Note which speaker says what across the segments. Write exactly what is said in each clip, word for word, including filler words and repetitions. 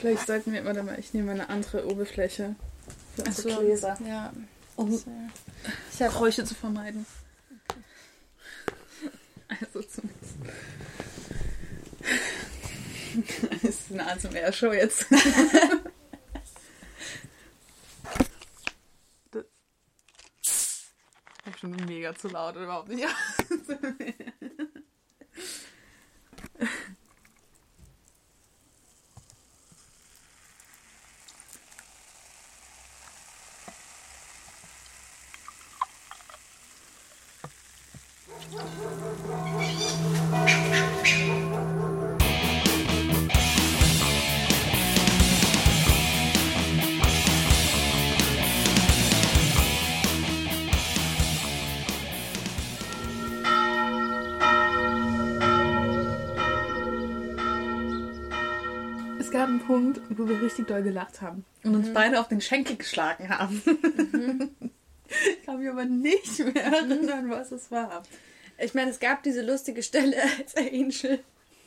Speaker 1: Vielleicht sollten wir, warte mal, ich nehme eine andere Oberfläche für unsere
Speaker 2: Achso,
Speaker 1: Gläser,
Speaker 2: ja.
Speaker 1: um
Speaker 2: So. Ich hab
Speaker 1: Geräusche zu vermeiden. Also zumindest. Das ist eine A S M R-Show jetzt. Das ist schon mega zu laut, oder überhaupt nicht? Es gab einen Punkt, wo wir richtig doll gelacht haben und uns mhm. beide auf den Schenkel geschlagen haben. Mhm. Ich kann mich aber nicht mehr erinnern, was es war.
Speaker 2: Ich meine, es gab diese lustige Stelle, als Angel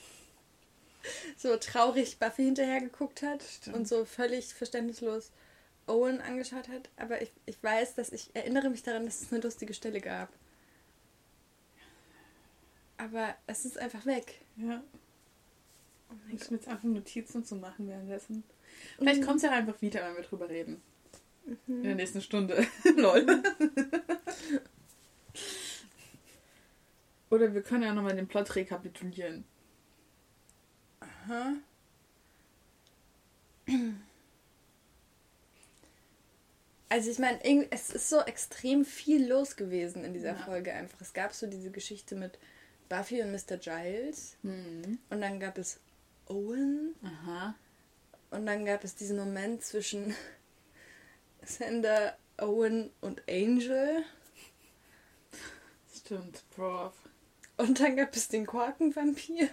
Speaker 2: so traurig Buffy hinterher geguckt hat. Stimmt. Und so völlig verständnislos Owen angeschaut hat. Aber ich, ich weiß, dass ich erinnere mich daran, dass es eine lustige Stelle gab. Aber es ist einfach weg.
Speaker 1: Ja. Oh mein ich muss jetzt einfach Notizen zu machen währenddessen. Vielleicht mhm. kommt es ja einfach wieder, wenn wir drüber reden. Mhm. In der nächsten Stunde. Lol. Oder wir können ja nochmal den Plot rekapitulieren.
Speaker 2: Aha. Also ich meine, es ist so extrem viel los gewesen in dieser ja. Folge einfach. Es gab so diese Geschichte mit Buffy und Mister Giles. Mhm. Und dann gab es Owen.
Speaker 1: Aha.
Speaker 2: Und dann gab es diesen Moment zwischen Xander, Owen und Angel.
Speaker 1: Stimmt, Prof.
Speaker 2: Und dann gab es den Quakenvampir.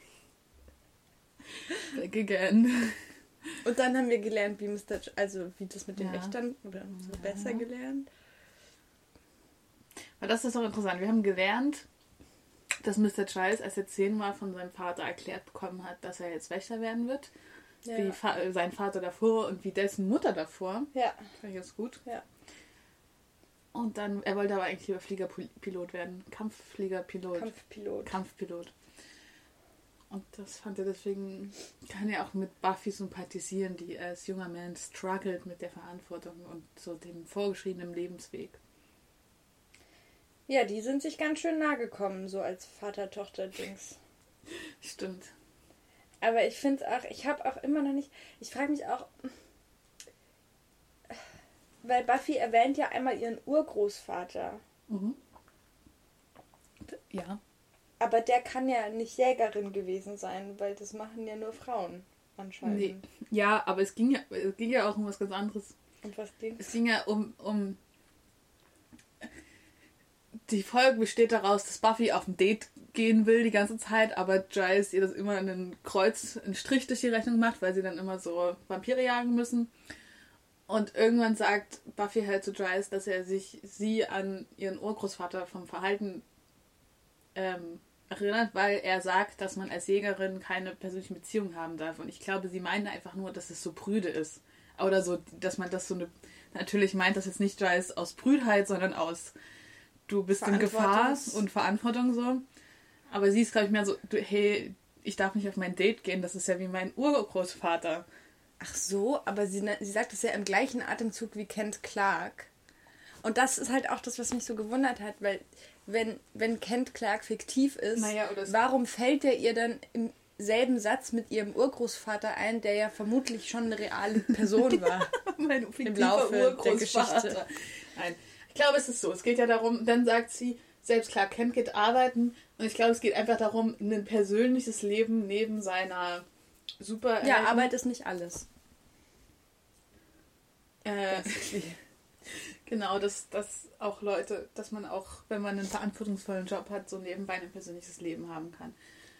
Speaker 1: Back again.
Speaker 2: Und dann haben wir gelernt, wie Mister J- also wie das mit den
Speaker 1: ja.
Speaker 2: Wächtern oder so ja. besser gelernt.
Speaker 1: Aber das ist doch interessant. Wir haben gelernt, dass Mister Giles, als er zehn war, von seinem Vater erklärt bekommen hat, dass er jetzt Wächter werden wird. Ja. Wie Fa- sein Vater davor und wie dessen Mutter davor.
Speaker 2: Ja.
Speaker 1: Fand ich ganz gut.
Speaker 2: Ja.
Speaker 1: Und dann, er wollte aber eigentlich lieber Fliegerpilot werden. Kampffliegerpilot.
Speaker 2: Kampfpilot.
Speaker 1: Kampfpilot. Und das fand er deswegen, kann er auch mit Buffy sympathisieren, die als junger Mensch struggelt mit der Verantwortung und so dem vorgeschriebenen Lebensweg.
Speaker 2: Ja, die sind sich ganz schön nahe gekommen, so als Vater-Tochter-Dings.
Speaker 1: Stimmt.
Speaker 2: Aber ich finde es auch, ich habe auch immer noch nicht, ich frage mich auch, weil Buffy erwähnt ja einmal ihren Urgroßvater.
Speaker 1: Mhm. Ja.
Speaker 2: Aber der kann ja nicht Jägerin gewesen sein, weil das machen ja nur Frauen anscheinend.
Speaker 1: Nee. Ja, aber es ging ja, es ging ja auch um was ganz anderes.
Speaker 2: Und was ging?
Speaker 1: Es ging ja um, um die Folge besteht daraus, dass Buffy auf ein Date gehen will die ganze Zeit, aber Giles ihr das immer einen Kreuz, einen Strich durch die Rechnung macht, weil sie dann immer so Vampire jagen müssen. Und irgendwann sagt Buffy halt zu Giles, dass er sich sie an ihren Urgroßvater vom Verhalten ähm, erinnert, weil er sagt, dass man als Jägerin keine persönliche Beziehung haben darf. Und ich glaube, sie meinen einfach nur, dass es so prüde ist. Oder so, dass man das so eine... Natürlich meint das jetzt nicht Giles aus Prüdheit, sondern aus du bist in Gefahr und Verantwortung so. Aber sie ist, glaube ich, mehr so, du, hey, ich darf nicht auf mein Date gehen, das ist ja wie mein Urgroßvater.
Speaker 2: Ach so, aber sie, sie sagt es ja im gleichen Atemzug wie Kent Clark. Und das ist halt auch das, was mich so gewundert hat, weil wenn, wenn Kent Clark fiktiv ist,
Speaker 1: naja,
Speaker 2: warum fällt er ihr dann im selben Satz mit ihrem Urgroßvater ein, der ja vermutlich schon eine reale Person war?
Speaker 1: Mein
Speaker 2: im Laufe der Geschichte.
Speaker 1: Nein, ich glaube, es ist so. Es geht ja darum, dann sagt sie, selbst Clark Kent geht arbeiten und ich glaube, es geht einfach darum, ein persönliches Leben neben seiner super...
Speaker 2: Ja, Arbeit ist nicht alles.
Speaker 1: Äh, genau, dass, dass auch Leute, dass man auch, wenn man einen verantwortungsvollen Job hat, so nebenbei ein persönliches Leben haben kann.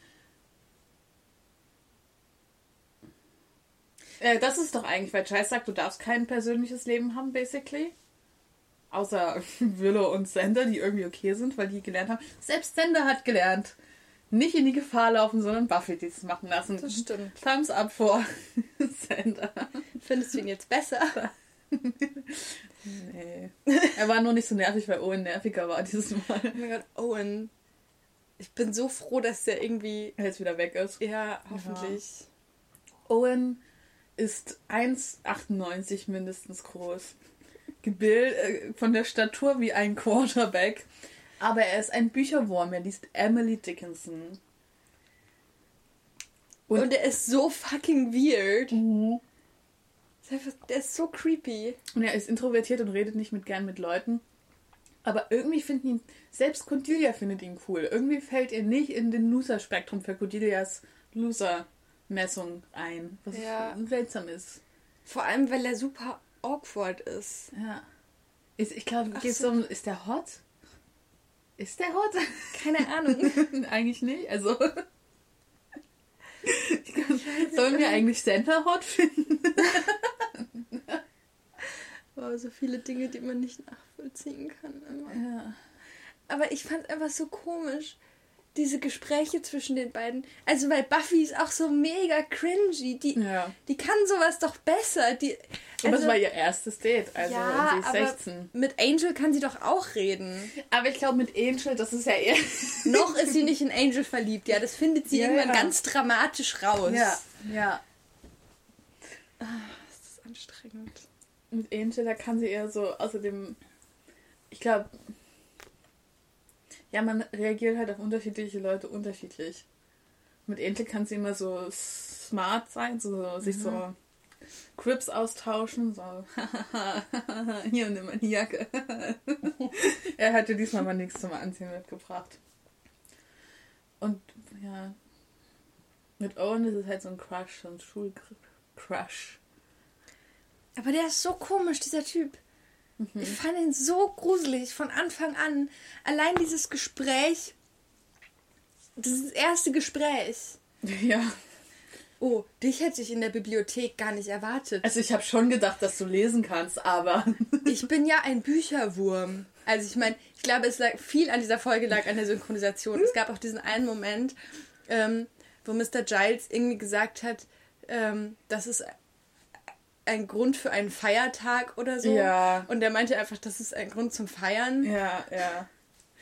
Speaker 1: Äh, das ist doch eigentlich, weil Giles sagt, du darfst kein persönliches Leben haben, basically. Außer Willow und Xander, die irgendwie okay sind, weil die gelernt haben. Selbst Xander hat gelernt. Nicht in die Gefahr laufen, sondern Buffy dies machen lassen.
Speaker 2: Das stimmt.
Speaker 1: Thumbs up vor Sander.
Speaker 2: Findest du ihn jetzt besser?
Speaker 1: Nee. Er war nur nicht so nervig, weil Owen nerviger war dieses Mal.
Speaker 2: Oh mein Gott, Owen. Ich bin so froh, dass der irgendwie...
Speaker 1: Jetzt wieder weg ist.
Speaker 2: Ja, hoffentlich.
Speaker 1: Ja. Owen ist eins Komma achtundneunzig mindestens groß. Gebild, äh, von der Statur wie ein Quarterback. Aber er ist ein Bücherwurm. Er liest Emily Dickinson.
Speaker 2: Und, Und er ist so fucking weird.
Speaker 1: Mhm.
Speaker 2: Der ist so creepy.
Speaker 1: Und er ist introvertiert und redet nicht mit gern mit Leuten. Aber irgendwie finden ihn, selbst Cordelia findet ihn cool. Irgendwie fällt er nicht in den Loser-Spektrum für Cordelias Loser-Messung ein. Was
Speaker 2: ja.
Speaker 1: seltsam ist.
Speaker 2: Vor allem, weil er super awkward ist.
Speaker 1: Ja. Ist, ich glaube, geht's so. um, ist der hot? Ist der hot?
Speaker 2: Keine Ahnung.
Speaker 1: Eigentlich nicht. Also. Sollen wir eigentlich Santa hot finden?
Speaker 2: Oh, so viele Dinge, die man nicht nachvollziehen kann. Immer.
Speaker 1: Ja.
Speaker 2: Aber ich fand einfach so komisch, diese Gespräche zwischen den beiden. Also, weil Buffy ist auch so mega cringy. Die,
Speaker 1: ja.
Speaker 2: die kann sowas doch besser. Die, also,
Speaker 1: aber es war ihr erstes Date. Also,
Speaker 2: ja,
Speaker 1: und sie ist
Speaker 2: aber
Speaker 1: sechzehn.
Speaker 2: Mit Angel kann sie doch auch reden.
Speaker 1: Aber ich glaube, mit Angel, das ist ja eher...
Speaker 2: Noch ist sie nicht in Angel verliebt. Ja, das findet sie
Speaker 1: ja,
Speaker 2: irgendwann
Speaker 1: ja.
Speaker 2: ganz dramatisch raus.
Speaker 1: Ja, ja.
Speaker 2: Ah, das ist anstrengend.
Speaker 1: Mit Angel, da kann sie eher so, außerdem, ich glaube, ja, man reagiert halt auf unterschiedliche Leute unterschiedlich. Mit Angel kann sie immer so smart sein, so, so mhm. sich so Crips austauschen, so, hier, nimm mal die Jacke. Er hatte diesmal mal nichts zum Anziehen mitgebracht. Und, ja, mit Owen ist es halt so ein Crush, so ein Schulcrush.
Speaker 2: Aber der ist so komisch, dieser Typ. Mhm. Ich fand ihn so gruselig von Anfang an. Allein dieses Gespräch, dieses erste Gespräch.
Speaker 1: Ja.
Speaker 2: Oh, dich hätte ich in der Bibliothek gar nicht erwartet.
Speaker 1: Also ich habe schon gedacht, dass du lesen kannst, aber...
Speaker 2: Ich bin ja ein Bücherwurm. Also ich meine, ich glaube, es lag viel an dieser Folge lag an der Synchronisation. Es gab auch diesen einen Moment, ähm, wo Mister Giles irgendwie gesagt hat, ähm, dass es ein Grund für einen Feiertag oder so.
Speaker 1: Ja.
Speaker 2: Und er meinte einfach, das ist ein Grund zum Feiern.
Speaker 1: Ja, ja.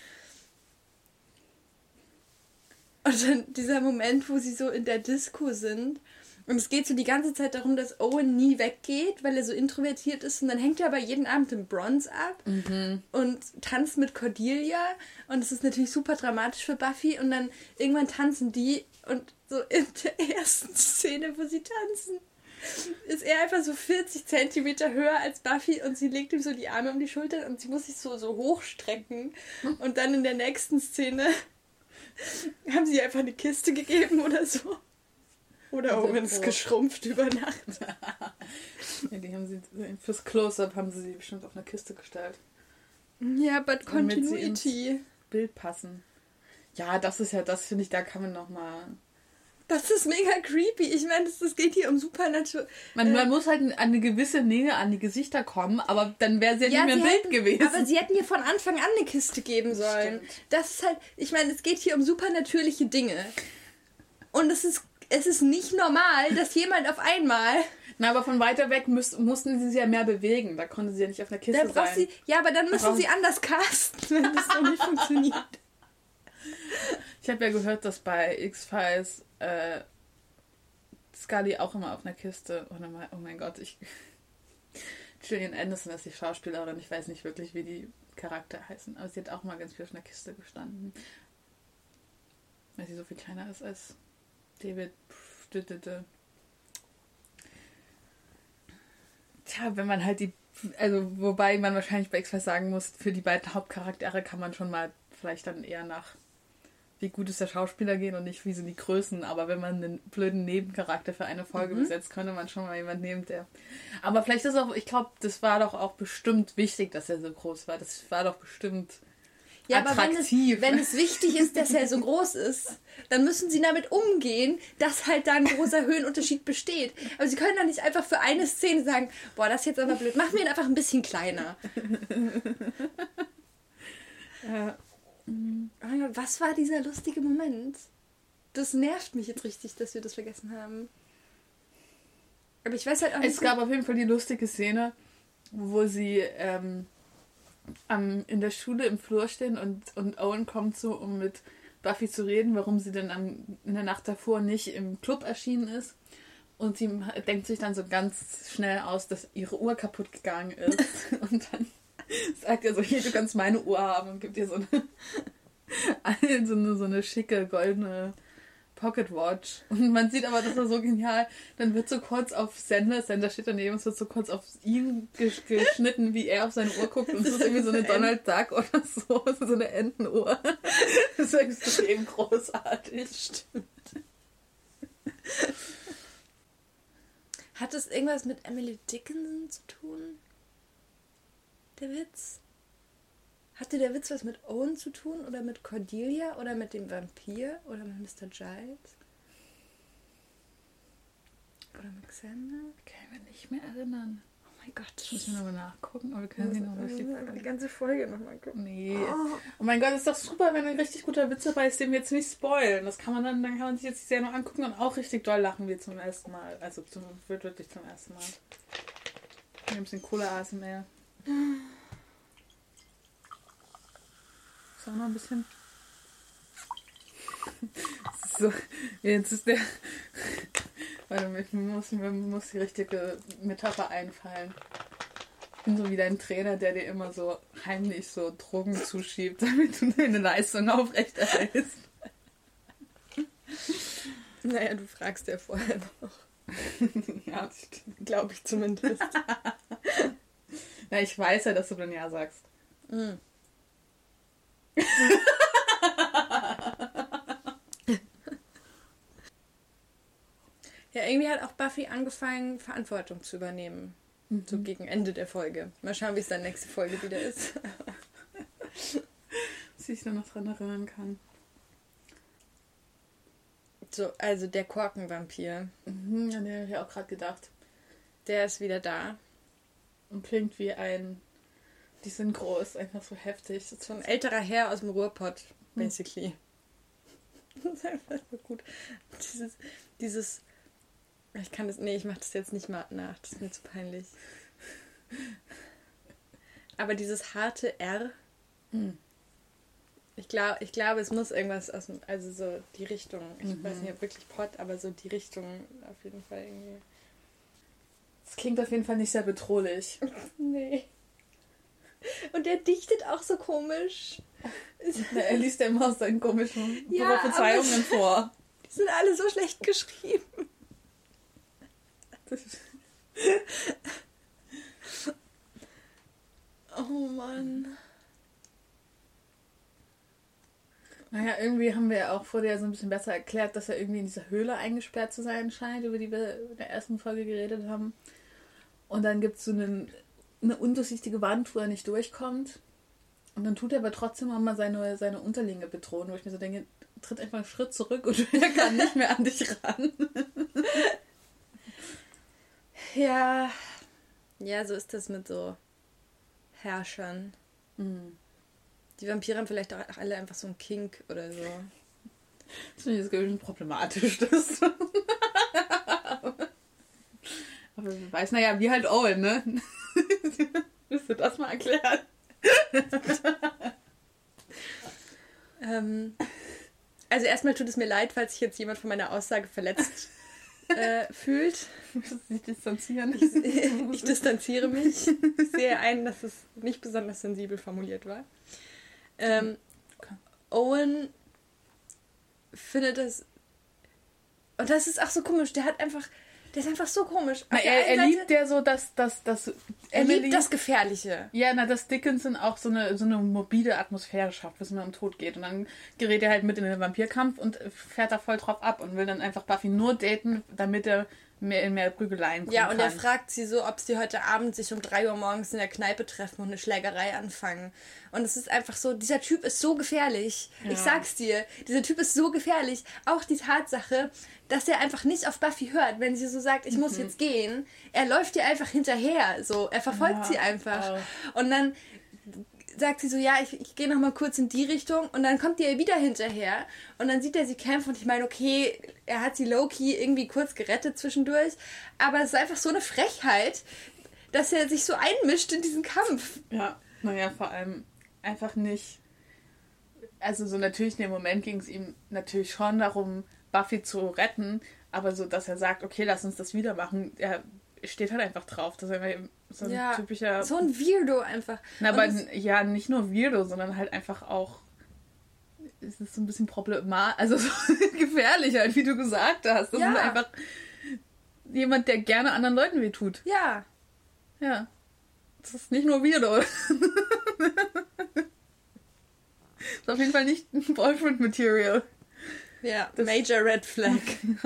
Speaker 2: Und dann dieser Moment, wo sie so in der Disco sind. Und es geht so die ganze Zeit darum, dass Owen nie weggeht, weil er so introvertiert ist. Und dann hängt er aber jeden Abend im Bronze ab
Speaker 1: mhm.
Speaker 2: und tanzt mit Cordelia. Und es ist natürlich super dramatisch für Buffy. Und dann irgendwann tanzen die. Und so in der ersten Szene, wo sie tanzen, ist er einfach so vierzig Zentimeter höher als Buffy und sie legt ihm so die Arme um die Schultern und sie muss sich so, so hochstrecken. Und dann in der nächsten Szene haben sie einfach eine Kiste gegeben oder so. Oder Owen ist geschrumpft über Nacht.
Speaker 1: Ja, die haben sie fürs Close-Up haben sie sie bestimmt auf eine Kiste gestellt.
Speaker 2: Ja, but continuity.
Speaker 1: Bild passen. Ja, das ist ja, das finde ich, da kann man nochmal...
Speaker 2: Das ist mega creepy. Ich meine, das, das geht hier um Supernatural.
Speaker 1: Man,
Speaker 2: äh,
Speaker 1: man muss halt an eine gewisse Nähe an die Gesichter kommen, aber dann wäre sie ja,
Speaker 2: ja
Speaker 1: nicht mehr ein Bild
Speaker 2: hätten,
Speaker 1: gewesen.
Speaker 2: Aber sie hätten ihr von Anfang an eine Kiste geben sollen.
Speaker 1: Stimmt.
Speaker 2: Das ist halt, ich meine, es geht hier um supernatürliche Dinge. Und es ist, es ist nicht normal, dass jemand auf einmal...
Speaker 1: Na, aber von weiter weg müß, mussten sie sich ja mehr bewegen. Da konnte sie ja nicht auf einer Kiste sein.
Speaker 2: Sie, ja, aber dann müssen
Speaker 1: Brauch...
Speaker 2: sie anders casten, wenn das so nicht funktioniert.
Speaker 1: Ich habe ja gehört, dass bei X-Files äh, Scully auch immer auf einer Kiste... Oh, oh mein Gott, ich... Gillian Anderson ist die Schauspielerin. Ich weiß nicht wirklich, wie die Charakter heißen. Aber sie hat auch mal ganz viel auf einer Kiste gestanden. Weil sie so viel kleiner ist als David. Tja, wenn man halt die... Also, wobei man wahrscheinlich bei X-Files sagen muss, für die beiden Hauptcharaktere kann man schon mal vielleicht dann eher nach... wie gut ist der Schauspieler gehen und nicht wie sind die Größen. Aber wenn man einen blöden Nebencharakter für eine Folge mhm. besetzt, könnte man schon mal jemanden nehmen, der... Aber vielleicht ist auch, ich glaube, das war doch auch bestimmt wichtig, dass er so groß war. Das war doch bestimmt
Speaker 2: ja,
Speaker 1: attraktiv.
Speaker 2: Aber wenn es, wenn es wichtig ist, dass er so groß ist, dann müssen sie damit umgehen, dass halt da ein großer Höhenunterschied besteht. Aber sie können dann nicht einfach für eine Szene sagen, boah, das ist jetzt aber blöd, machen wir ihn einfach ein bisschen kleiner.
Speaker 1: Ja.
Speaker 2: Was war dieser lustige Moment? Das nervt mich jetzt richtig, dass wir das vergessen haben. Aber ich weiß halt auch nicht...
Speaker 1: Es gab auf jeden Fall die lustige Szene, wo sie ähm, am, in der Schule im Flur stehen und, und Owen kommt so, um mit Buffy zu reden, warum sie denn am, in der Nacht davor nicht im Club erschienen ist. Und sie denkt sich dann so ganz schnell aus, dass ihre Uhr kaputt gegangen ist. Und dann sagt er so, hier, du kannst meine Uhr haben und gibt ihr so eine, so eine, so eine schicke, goldene Pocket Watch. Und man sieht aber, das ist so genial, dann wird so kurz auf Sender, Sender steht daneben, es wird so kurz auf ihn gesch- geschnitten, wie er auf seine Uhr guckt und es ist irgendwie so eine Donald Duck oder so, so eine Entenuhr. Das ist extrem großartig.
Speaker 2: Stimmt. Hat es irgendwas mit Emily Dickinson zu tun? Der Witz? Hatte der Witz was mit Owen zu tun? Oder mit Cordelia? Oder mit dem Vampir? Oder mit Mister Giles? Oder mit Xander?
Speaker 1: Kann ich mich nicht mehr erinnern.
Speaker 2: Oh mein Gott.
Speaker 1: Ich muss mir nochmal nachgucken, aber wir können sie noch richtig
Speaker 2: die ganze Folge nochmal gucken.
Speaker 1: Nee. Oh. oh mein Gott, ist doch super, wenn ein richtig guter Witz dabei ist, den wir jetzt nicht spoilen. Das kann man dann, dann kann man sich jetzt die Serie noch angucken und auch richtig doll lachen wie zum ersten Mal. Also zum, wird wirklich zum ersten Mal. Ein bisschen cooler A S M R. Ist auch noch ein bisschen. So, jetzt ist der. Warte, mir muss, mir muss die richtige Metapher einfallen. Ich bin so wie dein Trainer, der dir immer so heimlich so Drogen zuschiebt, damit du deine Leistung aufrechterhältst.
Speaker 2: Naja, du fragst ja vorher noch.
Speaker 1: Ja,
Speaker 2: glaube ich zumindest.
Speaker 1: Na, ich weiß ja, dass du dann ja sagst.
Speaker 2: Mm. Ja, irgendwie hat auch Buffy angefangen, Verantwortung zu übernehmen. Mhm. So gegen Ende der Folge. Mal schauen, wie es dann nächste Folge wieder ist.
Speaker 1: Dass ich da noch dran erinnern kann.
Speaker 2: So, also der Korkenvampir.
Speaker 1: Mhm, an den habe ich auch gerade gedacht.
Speaker 2: Der ist wieder da.
Speaker 1: Und klingt wie ein... Die sind groß, einfach so heftig.
Speaker 2: So ein älterer Herr aus dem Ruhrpott, basically. Mhm. Das ist einfach so gut. Dieses... dieses Ich kann das... Nee, ich mache das jetzt nicht mal nach. Das ist mir zu peinlich. Aber dieses harte R...
Speaker 1: Mhm.
Speaker 2: Ich glaube, ich glaube, es muss irgendwas aus dem... Also so die Richtung... Ich
Speaker 1: mhm.
Speaker 2: weiß nicht, ob wirklich Pott, aber so die Richtung auf jeden Fall irgendwie...
Speaker 1: Das klingt auf jeden Fall nicht sehr bedrohlich.
Speaker 2: Nee. Und er dichtet auch so komisch.
Speaker 1: Na, er liest ja immer aus seinen komischen
Speaker 2: ja,
Speaker 1: Prophezeiungen vor.
Speaker 2: Die sind alle so schlecht geschrieben. Oh Mann.
Speaker 1: Naja, irgendwie haben wir ja auch vor dir so ein bisschen besser erklärt, dass er irgendwie in dieser Höhle eingesperrt zu sein scheint, über die wir in der ersten Folge geredet haben. Und dann gibt es so einen, eine undurchsichtige Wand, wo er nicht durchkommt. Und dann tut er aber trotzdem auch mal seine, seine Unterlinge bedrohen, wo ich mir so denke, tritt einfach einen Schritt zurück und er kann nicht mehr an dich ran.
Speaker 2: Ja. Ja, so ist das mit so Herrschern.
Speaker 1: Mhm. Die
Speaker 2: Vampire haben vielleicht auch alle einfach so einen Kink oder so.
Speaker 1: Das finde ich jetzt ein problematisch. Das. Aber wer weiß, naja, wie halt Owen, ne? Willst du das mal erklären?
Speaker 2: ähm, also erstmal tut es mir leid, falls sich jetzt jemand von meiner Aussage verletzt äh, fühlt.
Speaker 1: Muss sich distanzieren.
Speaker 2: Ich, ich distanziere mich. Ich sehe ein, dass es nicht besonders sensibel formuliert war. Ähm, okay. Owen findet das... Und das ist auch so komisch. Der hat einfach... Der ist einfach so komisch.
Speaker 1: Na, er er Seite, liebt ja so, dass... dass, dass
Speaker 2: er Emily, liebt das Gefährliche.
Speaker 1: Ja, na, dass Dickinson auch so eine, so eine mobile Atmosphäre schafft, bis man um Tod geht. Und dann gerät er halt mit in den Vampirkampf und fährt da voll drauf ab und will dann einfach Buffy nur daten, damit er mehr in mehr Prügeleien kommen
Speaker 2: Ja, und
Speaker 1: kann.
Speaker 2: er fragt sie so, ob sie heute Abend sich um drei Uhr morgens in der Kneipe treffen und eine Schlägerei anfangen. Und es ist einfach so, dieser Typ ist so gefährlich. Ja. Ich sag's dir, dieser Typ ist so gefährlich. Auch die Tatsache, dass er einfach nicht auf Buffy hört, wenn sie so sagt, ich mhm. muss jetzt gehen. Er läuft ihr einfach hinterher. So, er verfolgt ja, sie einfach. Auch. Und dann sagt sie so, ja, ich, ich gehe noch mal kurz in die Richtung und dann kommt die ja wieder hinterher und dann sieht er sie kämpfen und ich meine, okay, er hat sie low-key irgendwie kurz gerettet zwischendurch, aber es ist einfach so eine Frechheit, dass er sich so einmischt in diesen Kampf.
Speaker 1: Ja, naja, vor allem einfach nicht, also so natürlich in dem Moment ging es ihm natürlich schon darum, Buffy zu retten, aber so, dass er sagt, okay, lass uns das wieder machen, er steht halt einfach drauf, dass er so ein
Speaker 2: ja,
Speaker 1: typischer...
Speaker 2: so ein Weirdo einfach.
Speaker 1: Na, aber ja, nicht nur Weirdo, sondern halt einfach auch, es ist so ein bisschen problematisch, also so gefährlich halt, wie du gesagt hast. Das
Speaker 2: ja.
Speaker 1: ist einfach jemand, der gerne anderen Leuten wehtut.
Speaker 2: Ja.
Speaker 1: Ja. Das ist nicht nur Weirdo. Das ist auf jeden Fall nicht ein Boyfriend-Material.
Speaker 2: Ja, das Major Red Flag.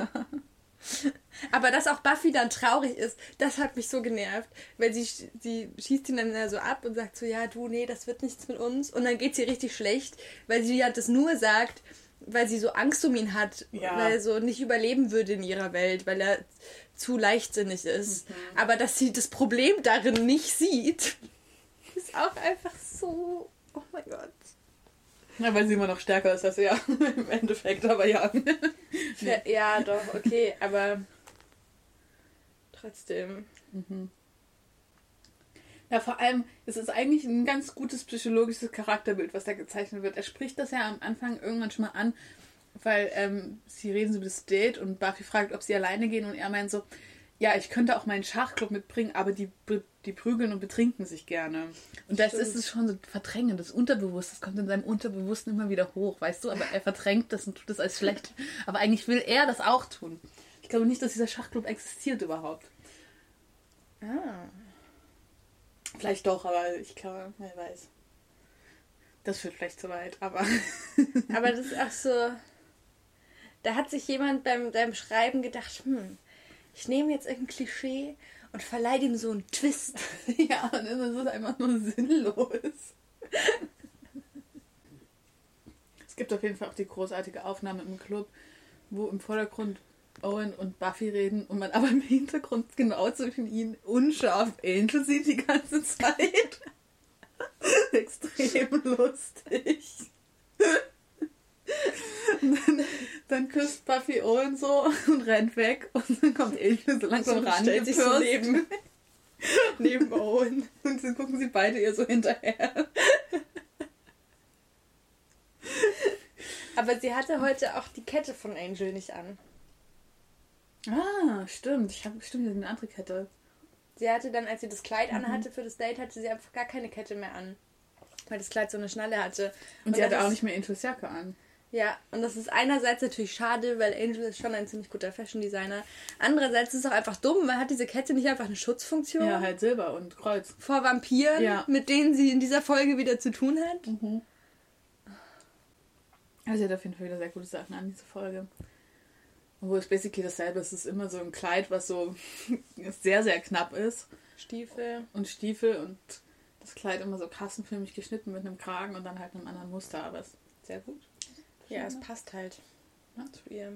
Speaker 2: Aber dass auch Buffy dann traurig ist, das hat mich so genervt. Weil sie, sie schießt ihn dann so ab und sagt so, ja du, nee, das wird nichts mit uns. Und dann geht sie richtig schlecht, weil sie ja das nur sagt, weil sie so Angst um ihn hat, ja. weil er so nicht überleben würde in ihrer Welt, weil er zu leichtsinnig ist. Mhm. Aber dass sie das Problem darin nicht sieht, ist auch einfach so, oh mein Gott.
Speaker 1: Ja, weil sie immer noch stärker ist als er im Endeffekt, aber ja.
Speaker 2: ja. Ja, doch, okay, aber trotzdem.
Speaker 1: Mhm. Ja, vor allem, es ist eigentlich ein ganz gutes psychologisches Charakterbild, was da gezeichnet wird. Er spricht das ja am Anfang irgendwann schon mal an, weil ähm, sie reden so über das Date und Buffy fragt, ob sie alleine gehen und er meint so, ja, ich könnte auch meinen Schachclub mitbringen, aber die, die prügeln und betrinken sich gerne. Und das Stimmt. ist es schon so verdrängen, das Unterbewusste, das kommt in seinem Unterbewussten immer wieder hoch, weißt du, aber er verdrängt das und tut das als schlecht. Aber eigentlich will er das auch tun. Ich glaube nicht, dass dieser Schachclub existiert überhaupt.
Speaker 2: Ah.
Speaker 1: Vielleicht doch, aber ich glaube, wer weiß. Das führt vielleicht zu weit, aber...
Speaker 2: aber das ist auch so... Da hat sich jemand beim, beim Schreiben gedacht, hm, ich nehme jetzt irgendein Klischee und verleihe dem so einen Twist.
Speaker 1: Ja, und das ist einfach nur sinnlos. Es gibt auf jeden Fall auch die großartige Aufnahme im Club, wo im Vordergrund Owen und Buffy reden und man aber im Hintergrund genau zwischen ihnen unscharf Angel sieht die ganze Zeit. Extrem lustig. Und dann, dann küsst Buffy Owen so und rennt weg und dann kommt Angel so langsam
Speaker 2: so
Speaker 1: ran.
Speaker 2: Stellt sich so neben, neben Owen.
Speaker 1: Und dann gucken sie beide ihr so hinterher.
Speaker 2: Aber sie hatte heute auch die Kette von Angel nicht an.
Speaker 1: Ah, stimmt. Ich habe bestimmt eine andere Kette.
Speaker 2: Sie hatte dann, als sie das Kleid mhm. anhatte für das Date, hatte sie einfach gar keine Kette mehr an. Weil das Kleid so eine Schnalle hatte.
Speaker 1: Und, und sie hatte auch nicht mehr Angels Jacke an.
Speaker 2: Ja, und das ist einerseits natürlich schade, weil Angel ist schon ein ziemlich guter Fashion-Designer. Andererseits ist es auch einfach dumm, weil hat diese Kette nicht einfach eine Schutzfunktion?
Speaker 1: Ja, halt Silber und Kreuz.
Speaker 2: Vor Vampiren,
Speaker 1: ja.
Speaker 2: mit denen sie in dieser Folge wieder zu tun hat?
Speaker 1: Mhm. Also sie hat auf jeden Fall wieder sehr gute Sachen an, diese Folge. Obwohl es basically dasselbe ist. Es ist immer so ein Kleid, was so sehr, sehr knapp ist.
Speaker 2: Stiefel.
Speaker 1: Und Stiefel und das Kleid immer so kassenförmig geschnitten mit einem Kragen und dann halt einem anderen Muster. Aber es ist sehr gut.
Speaker 2: Ja, es passt halt ja. zu ihr.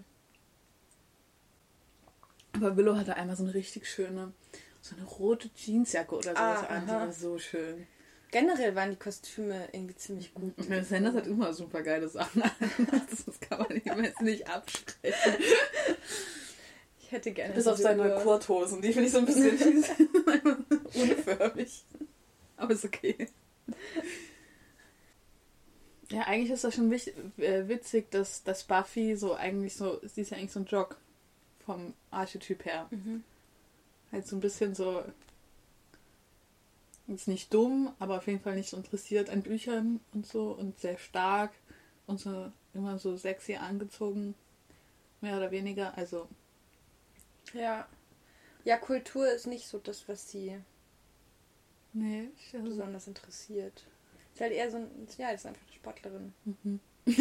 Speaker 1: Aber Willow hatte einmal so eine richtig schöne, so eine rote Jeansjacke oder sowas
Speaker 2: ah,
Speaker 1: an. Die war so schön.
Speaker 2: Generell waren die Kostüme irgendwie ziemlich gut.
Speaker 1: Und Sanders hat immer super geile Sachen an. Das kann man ihm jetzt nicht absprechen.
Speaker 2: Ich hätte gerne
Speaker 1: Bis auf seine Uhr. Kurthosen. Die finde ich so ein bisschen unförmig. Aber ist okay. Ja, eigentlich ist das schon wichtig, äh, witzig, dass, dass Buffy so eigentlich so, sie ist ja eigentlich so ein Jock vom Archetyp her.
Speaker 2: Mhm.
Speaker 1: Halt so ein bisschen so, jetzt nicht dumm, aber auf jeden Fall nicht so interessiert an Büchern und so und sehr stark und so immer so sexy angezogen, mehr oder weniger, also.
Speaker 2: Ja. Ja, Kultur ist nicht so das, was sie
Speaker 1: nee,
Speaker 2: besonders interessiert. Ist halt eher so ein, ja, ist einfach eine Sportlerin.
Speaker 1: Mhm.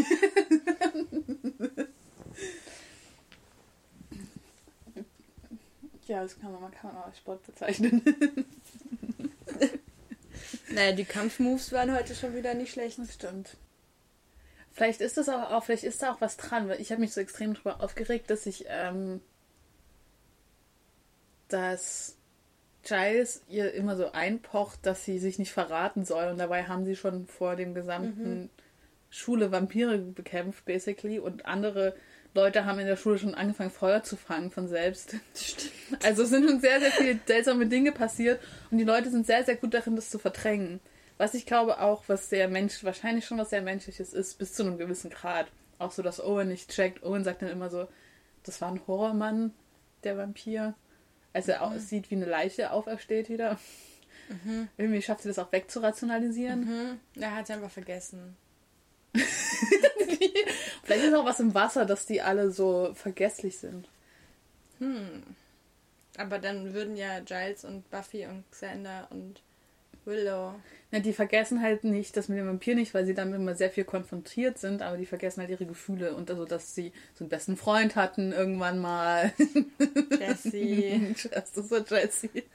Speaker 1: Ja, das kann man, man kann man auch als Sport bezeichnen.
Speaker 2: Naja, die Kampfmoves waren heute schon wieder nicht schlecht.
Speaker 1: Das stimmt. Vielleicht ist das auch, auch vielleicht ist da auch was dran, weil ich habe mich so extrem darüber aufgeregt, dass ich ähm, dass Giles ihr immer so einpocht, dass sie sich nicht verraten soll. Und dabei haben sie schon vor dem gesamten mhm. Schule Vampire bekämpft, basically. Und andere Leute haben in der Schule schon angefangen, Feuer zu fangen von selbst. Stimmt. Also es sind schon sehr, sehr viele seltsame Dinge passiert. Und die Leute sind sehr, sehr gut darin, das zu verdrängen. Was ich glaube auch, was sehr menschlich, wahrscheinlich schon was sehr Menschliches ist, bis zu einem gewissen Grad. Auch so, dass Owen nicht checkt. Owen sagt dann immer so, das war ein Horrormann, der Vampir. Als er mhm. sieht, wie eine Leiche aufersteht wieder. Mhm. Irgendwie schafft sie das auch wegzurationalisieren.
Speaker 2: Mhm. Er hat es einfach vergessen.
Speaker 1: Vielleicht ist auch was im Wasser, dass die alle so vergesslich sind.
Speaker 2: Hm. Aber dann würden ja Giles und Buffy und Xander und Willow...
Speaker 1: Na, die vergessen halt nicht das mit dem Vampir nicht, weil sie damit immer sehr viel konfrontiert sind, aber die vergessen halt ihre Gefühle und also, dass sie so einen besten Freund hatten irgendwann mal.
Speaker 2: Jessie.
Speaker 1: Das ist so Jessie.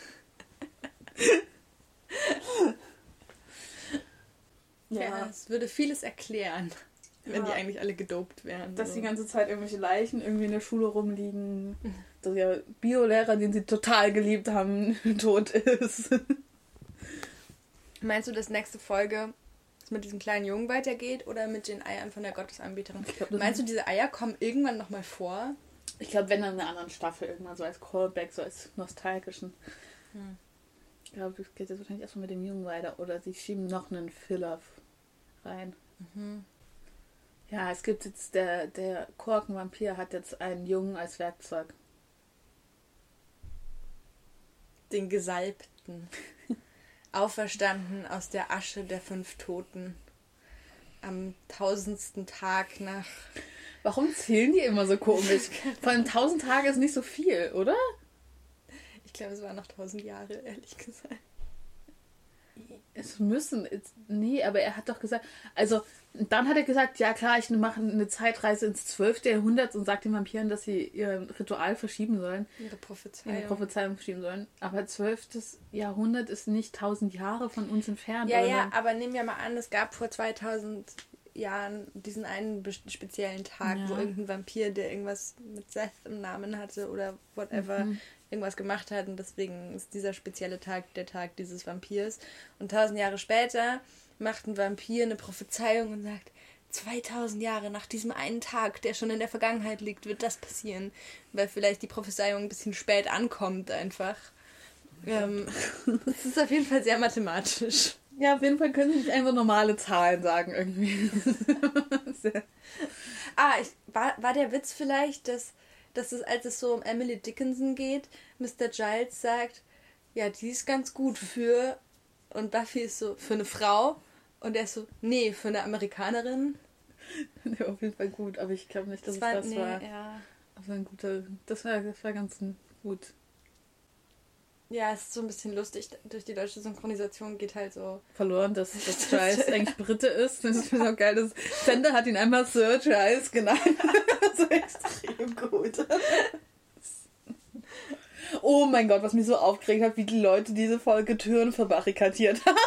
Speaker 2: Ja, ja, es würde vieles erklären, wenn ja. die eigentlich alle gedopt wären.
Speaker 1: Dass
Speaker 2: so.
Speaker 1: die ganze Zeit irgendwelche Leichen irgendwie in der Schule rumliegen, dass der Biolehrer, den sie total geliebt haben, tot ist.
Speaker 2: Meinst du, dass nächste Folge es mit diesem kleinen Jungen weitergeht oder mit den Eiern von der Gottesanbeterin?
Speaker 1: Glaub,
Speaker 2: Meinst du, diese Eier kommen irgendwann nochmal vor?
Speaker 1: Ich glaube, wenn dann in einer anderen Staffel irgendwann so als Callback, so als nostalgischen. Hm. Ich glaube, das geht jetzt wahrscheinlich erstmal mit dem Jungen weiter oder sie schieben noch einen Filler rein. Mhm. Ja, es gibt jetzt, der, der Korkenvampir hat jetzt einen Jungen als Werkzeug.
Speaker 2: Den Gesalbten. Auferstanden aus der Asche der fünf Toten. Am tausendsten Tag nach...
Speaker 1: Warum zählen die immer so komisch? Vor allem tausend Tage ist nicht so viel, oder?
Speaker 2: Ich glaube, es waren noch tausend Jahre, ehrlich gesagt.
Speaker 1: Es müssen... Nee, aber er hat doch gesagt... Also, dann hat er gesagt, ja klar, ich mache eine Zeitreise ins zwölfte Jahrhundert und sagt den Vampiren, dass sie ihr Ritual verschieben sollen.
Speaker 2: Ihre Prophezeiung.
Speaker 1: Ihre Prophezeiung verschieben sollen. Aber zwölftes Jahrhundert ist nicht tausend Jahre von uns entfernt.
Speaker 2: Ja, oder? Ja, aber nehmen wir mal an, es gab vor zweitausend Jahren diesen einen speziellen Tag, ja. wo irgendein Vampir, der irgendwas mit Seth im Namen hatte oder whatever, mhm. irgendwas gemacht hat und deswegen ist dieser spezielle Tag der Tag dieses Vampirs. Und tausend Jahre später macht ein Vampir eine Prophezeiung und sagt, zweitausend Jahre nach diesem einen Tag, der schon in der Vergangenheit liegt, wird das passieren. Weil vielleicht die Prophezeiung ein bisschen spät ankommt einfach. Ähm, das ist auf jeden Fall sehr mathematisch.
Speaker 1: Ja, auf jeden Fall können sie nicht einfach normale Zahlen sagen irgendwie.
Speaker 2: ah, ich, war, war der Witz vielleicht, dass, dass es, als es so um Emily Dickinson geht, Mister Giles sagt, ja, die ist ganz gut für... Und Buffy ist so, für eine Frau. Und er ist so, nee, für eine Amerikanerin.
Speaker 1: Der war auf jeden Fall gut, aber ich glaube nicht, dass das es war, das nee, war. Ja. Das war ein guter, das war, das war ganz gut.
Speaker 2: Ja, es ist so ein bisschen lustig. Durch die deutsche Synchronisation geht halt so...
Speaker 1: Verloren, dass, dass Giles eigentlich Brite ist. Das ist mir so geil. Das Sender hat ihn einmal Sir Giles genannt. So extrem gut. Oh mein Gott, was mich so aufgeregt hat, wie die Leute diese Folge Türen verbarrikadiert haben.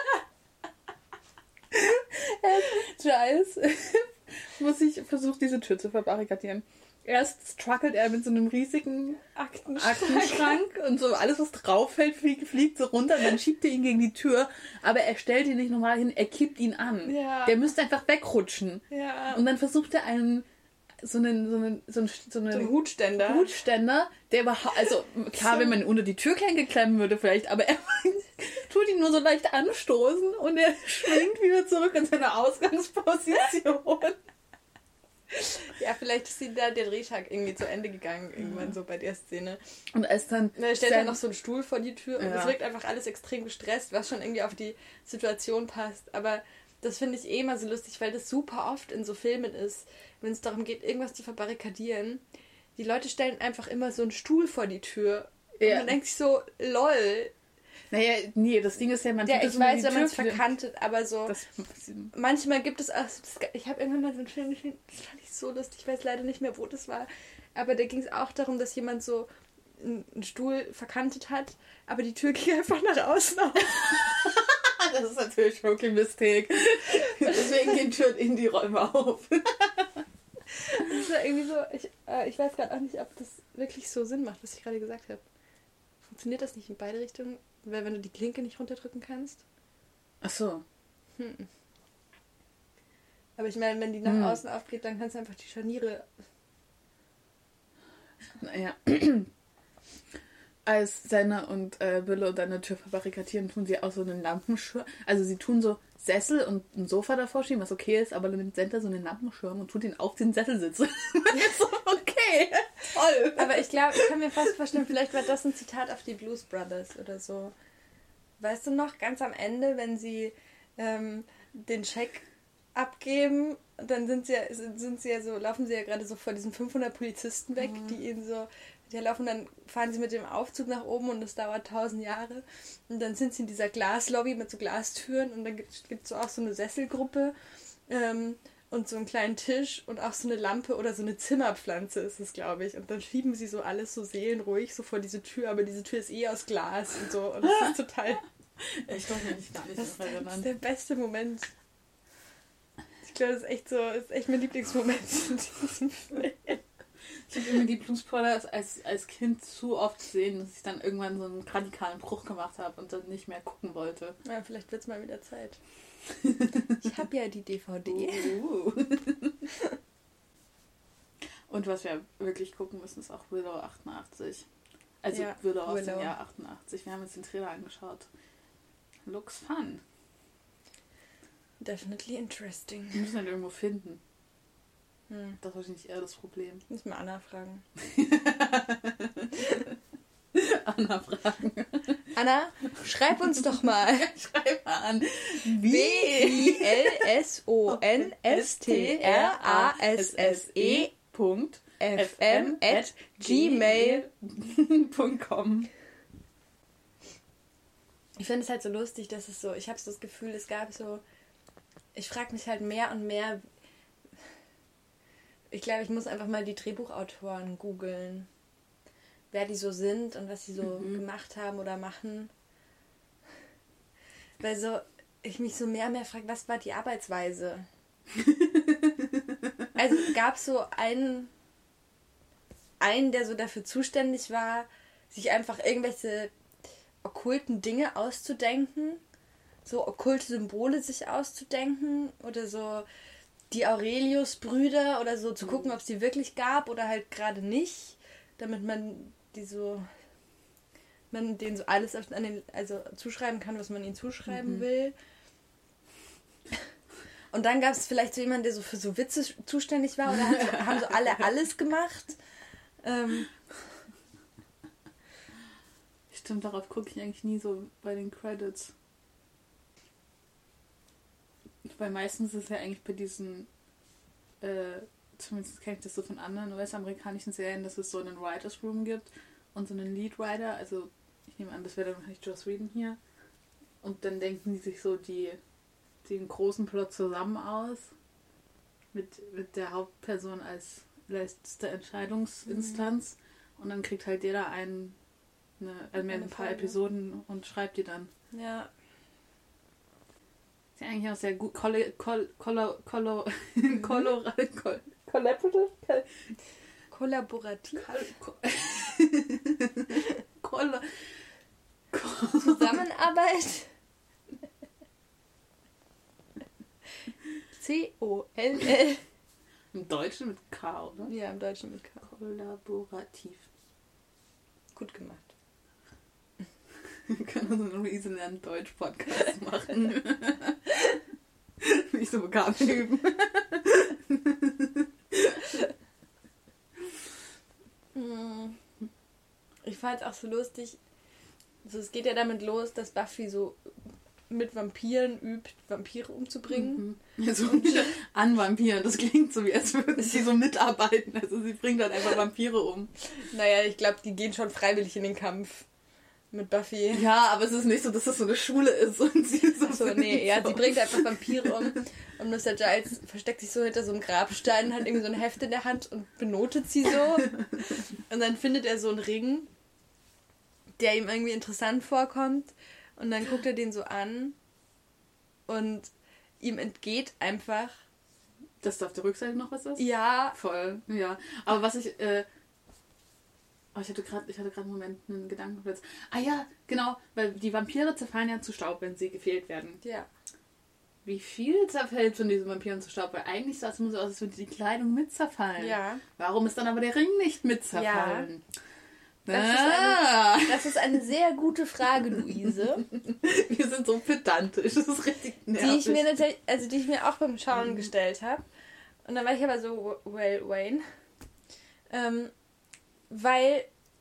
Speaker 1: Giles muss ich versucht, diese Tür zu verbarrikadieren. Erst struggelt er mit so einem riesigen Aktenschrank. Aktenschrank und so alles, was drauf fällt, fliegt, fliegt so runter und dann schiebt er ihn gegen die Tür. Aber er stellt ihn nicht normal hin, er kippt ihn an.
Speaker 2: Ja.
Speaker 1: Der müsste einfach wegrutschen.
Speaker 2: Ja.
Speaker 1: Und dann versucht er einen so einen, so einen, so einen, so einen,
Speaker 2: so einen Hutständer.
Speaker 1: Hutständer, der überhaupt, also klar, so. Wenn man ihn unter die Türklinke klemmen würde vielleicht, aber er tut ihn nur so leicht anstoßen und er schwingt wieder zurück in seine Ausgangsposition.
Speaker 2: Ja, vielleicht ist da der Drehtag irgendwie zu Ende gegangen, irgendwann so bei der Szene.
Speaker 1: Und als dann...
Speaker 2: Und er stellt dann noch so einen Stuhl vor die Tür und es ja. wirkt einfach alles extrem gestresst, was schon irgendwie auf die Situation passt. Aber das finde ich eh immer so lustig, weil das super oft in so Filmen ist, wenn es darum geht, irgendwas zu verbarrikadieren. Die Leute stellen einfach immer so einen Stuhl vor die Tür. Ja. Und man denkt sich so, lol.
Speaker 1: Naja, nee, das Ding ist ja, man
Speaker 2: ja, ich weiß, wenn man es verkantet, aber so
Speaker 1: das,
Speaker 2: manchmal gibt es auch, das, ich habe irgendwann mal so einen Film gesehen, das fand ich so lustig, ich weiß leider nicht mehr, wo das war, aber da ging es auch darum, dass jemand so einen Stuhl verkantet hat, aber die Tür ging einfach nach außen auf.
Speaker 1: Das ist natürlich Rookie Mistake. Deswegen gehen Türen in die Räume auf.
Speaker 2: Das war irgendwie so, ich, äh, ich weiß gerade auch nicht, ob das wirklich so Sinn macht, was ich gerade gesagt habe. Funktioniert das nicht in beide Richtungen? Weil wenn du die Klinke nicht runterdrücken kannst?
Speaker 1: Ach so.
Speaker 2: Hm. Aber ich meine, wenn die nach
Speaker 1: hm.
Speaker 2: außen aufgeht, dann kannst du einfach die Scharniere...
Speaker 1: Naja. Als Senna und äh, Willow dann eine Tür verbarrikadieren, tun sie auch so einen Lampenschirm. Also sie tun so Sessel und ein Sofa davor schieben, was okay ist, aber dann nimmt Senta so einen Lampenschirm und tut ihn auf den Sessel sitzen. So, okay, toll.
Speaker 2: Aber ich glaube, ich kann mir fast vorstellen, vielleicht war das ein Zitat auf die Blues Brothers oder so. Weißt du noch, ganz am Ende, wenn sie ähm, den Scheck abgeben, dann sind sie ja, sind sie ja so, laufen sie ja gerade so vor diesen fünfhundert Polizisten weg, mhm. die ihnen so, die laufen, dann fahren sie mit dem Aufzug nach oben und das dauert tausend Jahre und dann sind sie in dieser Glaslobby mit so Glastüren und dann gibt es so auch so eine Sesselgruppe ähm, und so einen kleinen Tisch und auch so eine Lampe oder so eine Zimmerpflanze ist es, glaube ich, und dann schieben sie so alles so seelenruhig so vor diese Tür, aber diese Tür ist eh aus Glas und so und das ist total...
Speaker 1: Ich weiß mich gar nicht
Speaker 2: das,
Speaker 1: erinnern.
Speaker 2: Das ist der beste Moment. Ich glaube, das ist echt so, das ist echt mein Lieblingsmoment in diesem Film.
Speaker 1: Ich habe immer die Blues Brothers als, als Kind zu oft gesehen, dass ich dann irgendwann so einen radikalen Bruch gemacht habe und dann nicht mehr gucken wollte.
Speaker 2: Ja, vielleicht wird es mal wieder Zeit. Ich habe ja die D V D.
Speaker 1: Uh. Und was wir wirklich gucken müssen, ist auch Willow achtundachtzig. Also ja, Willow aus Willow. Dem Jahr achtundachtzig. Wir haben uns den Trailer angeschaut. Looks fun.
Speaker 2: Definitely interesting.
Speaker 1: Wir müssen halt irgendwo finden.
Speaker 2: Hm.
Speaker 1: Das ist wahrscheinlich eher das Problem.
Speaker 2: Müssen wir Anna fragen.
Speaker 1: Anna fragen.
Speaker 2: Anna, schreib uns doch mal.
Speaker 1: Schreib mal an.
Speaker 2: W I L S O N S T R A S S E
Speaker 1: Punkt
Speaker 2: F M at gmail
Speaker 1: Punkt com.
Speaker 2: Ich finde es halt so lustig, dass es so, ich habe so das Gefühl, es gab so, ich frage mich halt mehr und mehr, ich glaube, ich muss einfach mal die Drehbuchautoren googeln, wer die so sind und was sie so mhm. gemacht haben oder machen. Weil so, ich mich so mehr und mehr frage, was war die Arbeitsweise? Also gab es so einen, einen, der so dafür zuständig war, sich einfach irgendwelche okkulten Dinge auszudenken, so okkulte Symbole sich auszudenken oder so die Aurelius-Brüder oder so zu gucken, ob es die wirklich gab oder halt gerade nicht, damit man die so, man denen so alles auf, an den, also zuschreiben kann, was man ihnen zuschreiben mhm. will. Und dann gab es vielleicht so jemanden, der so für so Witze zuständig war oder hat, haben so alle alles gemacht. Ähm,
Speaker 1: Stimmt, darauf gucke ich eigentlich nie so bei den Credits. Weil meistens ist es ja eigentlich bei diesen, äh, zumindest kenne ich das so von anderen U S-amerikanischen Serien, dass es so einen Writers Room gibt und so einen Lead Writer. Also ich nehme an, das wäre dann wahrscheinlich Joss Whedon hier. Und dann denken die sich so die, den großen Plot zusammen aus. Mit, mit der Hauptperson als letzte Entscheidungsinstanz. Mhm. Und dann kriegt halt jeder einen Eine, also mehr ein paar Folge. Episoden und schreibt die dann.
Speaker 2: Ja.
Speaker 1: Ist ja eigentlich auch sehr gut. Collo, Collo, Collo, Collo, Collo, Collaborative?
Speaker 2: Kollaborativ?
Speaker 1: Collo,
Speaker 2: Zusammenarbeit? C O L L.
Speaker 1: Im Deutschen mit K, oder?
Speaker 2: Ja, im Deutschen mit K.
Speaker 1: Kollaborativ.
Speaker 2: Gut gemacht.
Speaker 1: Wir können so einen Luise lernen Deutsch-Podcast machen. Nicht so Vokabeln üben.
Speaker 2: Ich fand es auch so lustig. Also es geht ja damit los, dass Buffy so mit Vampiren übt, Vampire umzubringen.
Speaker 1: Mhm. Also an Vampiren. Das klingt so, wie als würden sie so mitarbeiten. Also sie bringt dann einfach Vampire um.
Speaker 2: Naja, ich glaube, die gehen schon freiwillig in den Kampf mit Buffy.
Speaker 1: Ja, aber es ist nicht so, dass das so eine Schule ist. Und sie so,
Speaker 2: so nee, ja, sie bringt einfach Vampire um. Und Mister Giles versteckt sich so hinter so einem Grabstein, hat irgendwie so ein Heft in der Hand und benotet sie so. Und dann findet er so einen Ring, der ihm irgendwie interessant vorkommt. Und dann guckt er den so an und ihm entgeht einfach...
Speaker 1: Dass da auf der Rückseite noch was ist?
Speaker 2: Ja.
Speaker 1: Voll, ja. Aber was ich... Äh, Oh, ich hatte gerade ich hatte gerade einen Moment einen Gedankenblitz. Ah ja, genau, weil die Vampire zerfallen ja zu Staub, wenn sie gefehlt werden.
Speaker 2: Ja.
Speaker 1: Wie viel zerfällt von diesen Vampiren zu Staub? Weil eigentlich sah es immer so aus, als würde die Kleidung mit zerfallen.
Speaker 2: Ja.
Speaker 1: Warum ist dann aber der Ring nicht mit zerfallen?
Speaker 2: Das,
Speaker 1: ah.
Speaker 2: ist eine, das ist eine sehr gute Frage, Luise.
Speaker 1: Wir sind so pedantisch, das ist richtig nervig.
Speaker 2: Die ich mir natürlich, also die ich mir auch beim Schauen mhm. gestellt habe. Und dann war ich aber so, well, Wayne. Ähm, weil,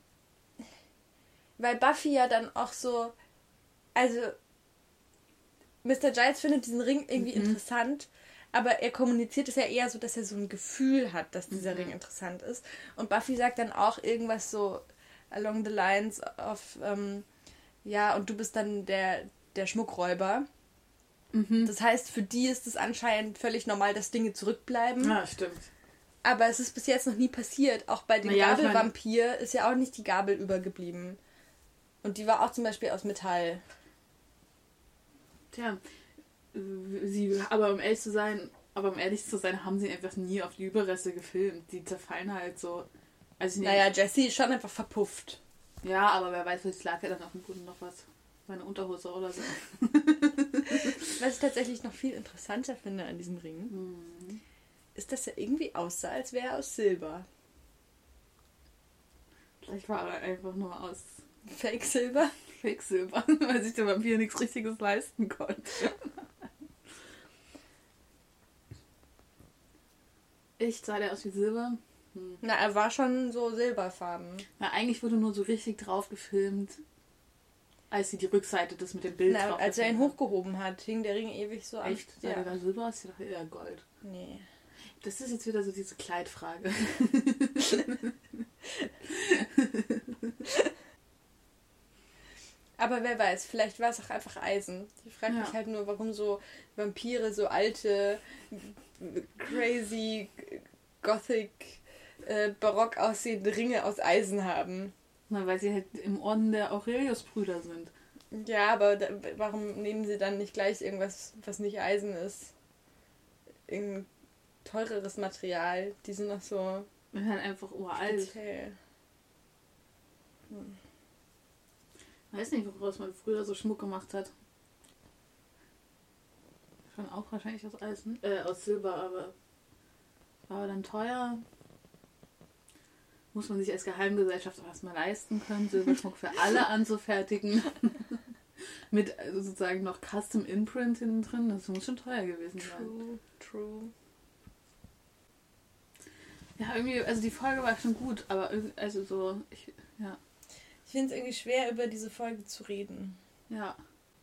Speaker 2: weil Buffy ja dann auch so, also Mister Giles findet diesen Ring irgendwie mhm. interessant, aber er kommuniziert es ja eher so, dass er so ein Gefühl hat, dass dieser mhm. Ring interessant ist. Und Buffy sagt dann auch irgendwas so along the lines of, ähm, ja, und du bist dann der, der Schmuckräuber. Mhm. Das heißt, für die ist es anscheinend völlig normal, dass Dinge zurückbleiben.
Speaker 1: Ja, stimmt.
Speaker 2: Aber es ist bis jetzt noch nie passiert. Auch bei dem naja, Gabelvampir ich mein... ist ja auch nicht die Gabel übergeblieben. Und die war auch zum Beispiel aus Metall.
Speaker 1: Tja, sie, aber um ehrlich zu sein, aber um ehrlich zu sein, haben sie einfach nie auf die Überreste gefilmt. Die zerfallen halt so. Also ich
Speaker 2: naja, Jessie ist schon einfach verpufft.
Speaker 1: Ja, aber wer weiß, vielleicht lag ja dann auf dem Boden noch was. Meine Unterhose oder so.
Speaker 2: Was ich tatsächlich noch viel interessanter finde an diesem Ring, mhm. ist, dass er irgendwie aussah, als wäre er aus Silber.
Speaker 1: Vielleicht war er einfach nur aus
Speaker 2: Fake Silber?
Speaker 1: Fake Silber, weil sich der Vampir nichts Richtiges leisten konnte. Echt, sah der aus wie Silber? Hm.
Speaker 2: Na, er war schon so silberfarben.
Speaker 1: Na, eigentlich wurde nur so richtig drauf gefilmt, als sie die Rückseite des mit dem Bild
Speaker 2: Na,
Speaker 1: drauf
Speaker 2: als er ihn hochgehoben hat, hing der Ring ewig so
Speaker 1: an. Echt? Sah
Speaker 2: ja.
Speaker 1: der da Silber aus? Ich dachte eher Gold.
Speaker 2: Nee.
Speaker 1: Das ist jetzt wieder so diese Kleidfrage.
Speaker 2: Aber wer weiß, vielleicht war es auch einfach Eisen. Ich frage mich ja. halt nur, warum so Vampire so alte, crazy, gothic, äh, barock aussehende Ringe aus Eisen haben.
Speaker 1: Na, weil sie halt im Orden der Aurelius-Brüder sind.
Speaker 2: Ja, aber da, warum nehmen sie dann nicht gleich irgendwas, was nicht Eisen ist? Irgendein teureres Material. Die sind noch so...
Speaker 1: Die sind halt einfach uralt.
Speaker 2: Speziell. Hm.
Speaker 1: Ich weiß nicht, woraus man früher so Schmuck gemacht hat. Schon auch wahrscheinlich aus Eisen, äh, aus Silber, aber war dann teuer. Muss man sich als Geheimgesellschaft auch erstmal leisten können, Silberschmuck für alle anzufertigen. Mit also sozusagen noch Custom Imprint hinten drin. Das muss schon teuer gewesen sein.
Speaker 2: True, true.
Speaker 1: Ja, irgendwie, also die Folge war schon gut, aber also so, ich, ja.
Speaker 2: Ich finde es irgendwie schwer, über diese Folge zu reden.
Speaker 1: Ja.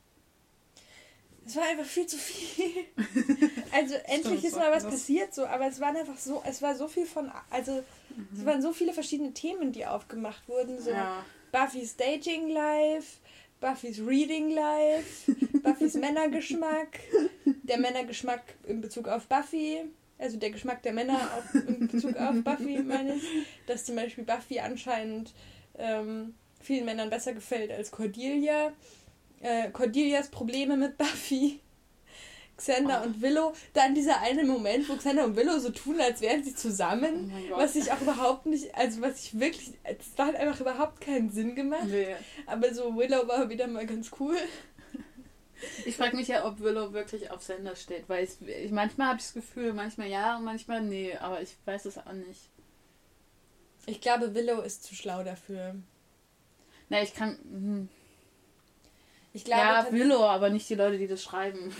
Speaker 2: Es war einfach viel zu viel. Also endlich ist mal was passiert, so, aber es waren einfach so, es war so viel von, also mhm. es waren so viele verschiedene Themen, die aufgemacht wurden. So
Speaker 1: ja.
Speaker 2: Buffy's Staging Life, Buffy's Reading Life, Buffy's Männergeschmack, der Männergeschmack in Bezug auf Buffy, also der Geschmack der Männer auf, in Bezug auf Buffy, meine ich, dass zum Beispiel Buffy anscheinend ähm, vielen Männern besser gefällt als Cordelia. Äh, Cordelias Probleme mit Buffy, Xander oh. und Willow. Dann dieser eine Moment, wo Xander und Willow so tun, als wären sie zusammen, oh was ich auch überhaupt nicht, also was ich wirklich, das hat einfach überhaupt keinen Sinn gemacht.
Speaker 1: Nee.
Speaker 2: Aber so Willow war wieder mal ganz cool.
Speaker 1: Ich frage mich ja, ob Willow wirklich auf Xander steht, weil ich, ich manchmal habe ich das Gefühl, manchmal ja und manchmal nee, aber ich weiß es auch nicht.
Speaker 2: Ich glaube, Willow ist zu schlau dafür.
Speaker 1: Na, ich kann... Hm.
Speaker 2: Ich glaube,
Speaker 1: ja, Willow, aber nicht die Leute, die das schreiben.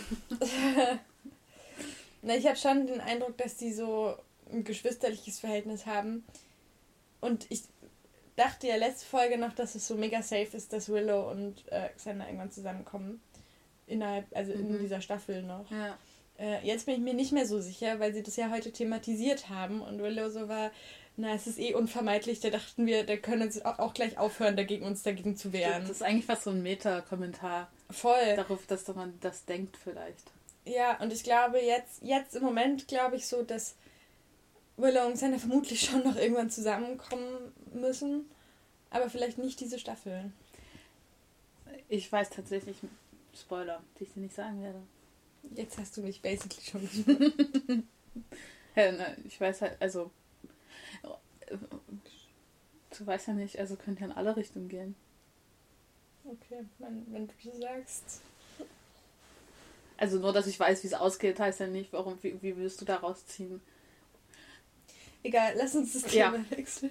Speaker 2: Na, ich habe schon den Eindruck, dass die so ein geschwisterliches Verhältnis haben. Und ich dachte ja letzte Folge noch, dass es so mega safe ist, dass Willow und äh, Xander irgendwann zusammenkommen. Innerhalb, also mhm. in dieser Staffel noch.
Speaker 1: Ja.
Speaker 2: Äh, jetzt bin ich mir nicht mehr so sicher, weil sie das ja heute thematisiert haben. Und Willow so war, na, es ist eh unvermeidlich, da dachten wir, da können sie auch gleich aufhören, dagegen uns dagegen zu wehren.
Speaker 1: Das ist eigentlich fast so ein Meta-Kommentar.
Speaker 2: Voll.
Speaker 1: Darauf, dass man das denkt vielleicht.
Speaker 2: Ja, und ich glaube jetzt, jetzt im Moment glaube ich so, dass Willow und Xander vermutlich schon noch irgendwann zusammenkommen müssen, aber vielleicht nicht diese Staffel.
Speaker 1: Ich weiß tatsächlich, Spoiler, die ich dir nicht sagen werde.
Speaker 2: Jetzt hast du mich basically schon gespoilert.
Speaker 1: Ja, ne, ich weiß halt, also du weißt ja nicht, also könnte ja in alle Richtungen gehen.
Speaker 2: Okay, wenn, wenn du das sagst.
Speaker 1: Also nur, dass ich weiß, wie es ausgeht, heißt ja nicht, warum, wie, wie willst du daraus ziehen?
Speaker 2: Egal, lass uns das Thema ja. wechseln.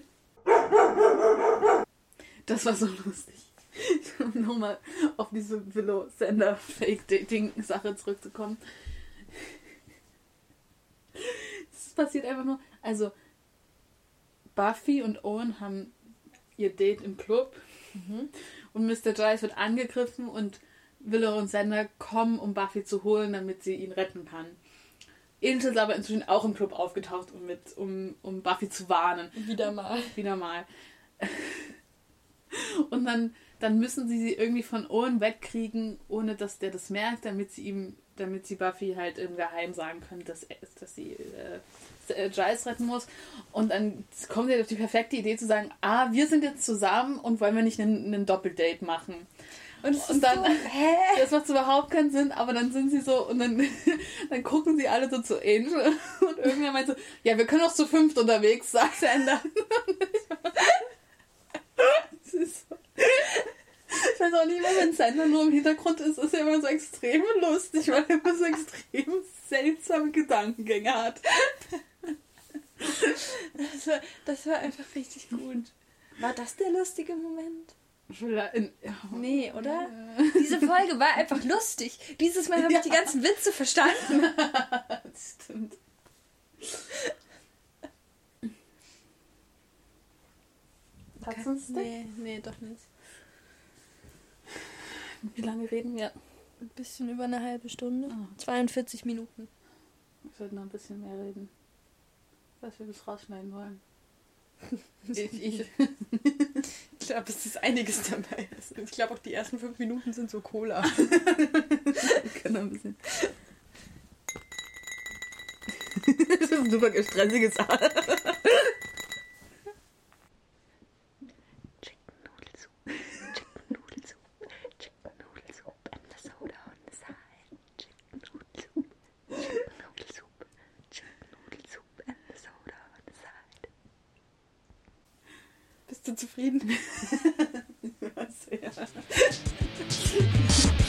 Speaker 1: Das war so lustig. Um nochmal auf diese Willow-Sender-Fake-Dating-Sache zurückzukommen. Es passiert einfach nur, also Buffy und Owen haben ihr Date im Club mhm. und Mister Giles wird angegriffen und Willow und Xander kommen, um Buffy zu holen, damit sie ihn retten kann. Angel ist aber inzwischen auch im Club aufgetaucht, um, mit, um, um Buffy zu warnen.
Speaker 2: Wieder mal.
Speaker 1: Wieder mal. Und dann, dann müssen sie sie irgendwie von Owen wegkriegen, ohne dass der das merkt, damit sie ihm, damit sie Buffy halt im Geheim sagen können, dass, dass sie äh, Giles retten muss. Und dann kommen sie auf die perfekte Idee zu sagen, ah, wir sind jetzt zusammen und wollen wir nicht einen, einen Doppeldate machen. Und, und dann, so, hä? Das macht überhaupt keinen Sinn, aber dann sind sie so, und dann, dann gucken sie alle so zu Angel und irgendwer meint so, ja, wir können auch zu fünft unterwegs sein. Xander. Das ist so. Ich weiß auch nicht mehr, wenn Xander nur im Hintergrund ist, ist er immer so extrem lustig, weil er immer so extrem seltsame Gedankengänge hat.
Speaker 2: Das war, das war einfach richtig gut. War das der lustige Moment?
Speaker 1: In,
Speaker 2: oh. Nee, oder? Diese Folge war einfach lustig. Dieses Mal habe ja. ich die ganzen Witze verstanden.
Speaker 1: Das stimmt. Hat's uns
Speaker 2: nee, nee, doch nicht.
Speaker 1: Wie lange reden wir?
Speaker 2: Ein bisschen über eine halbe Stunde. Oh. zweiundvierzig Minuten.
Speaker 1: Wir sollten noch ein bisschen mehr reden. Was wir bis rausschneiden wollen. Ich, ich.
Speaker 2: ich glaube, es ist einiges dabei. Ich glaube, auch die ersten fünf Minuten sind so Cola.
Speaker 1: Genau, ein bisschen. Das ist ein super stressiges Sache.
Speaker 2: Chicken Noodle Soup, Chicken Noodle Soup, Chicken Noodle Soup and the soda on the side. Chicken Noodle Soup, Chicken Noodle Soup, Chicken Noodle Soup and the soda on the side. Bist du zufrieden?
Speaker 1: Ja, sehr.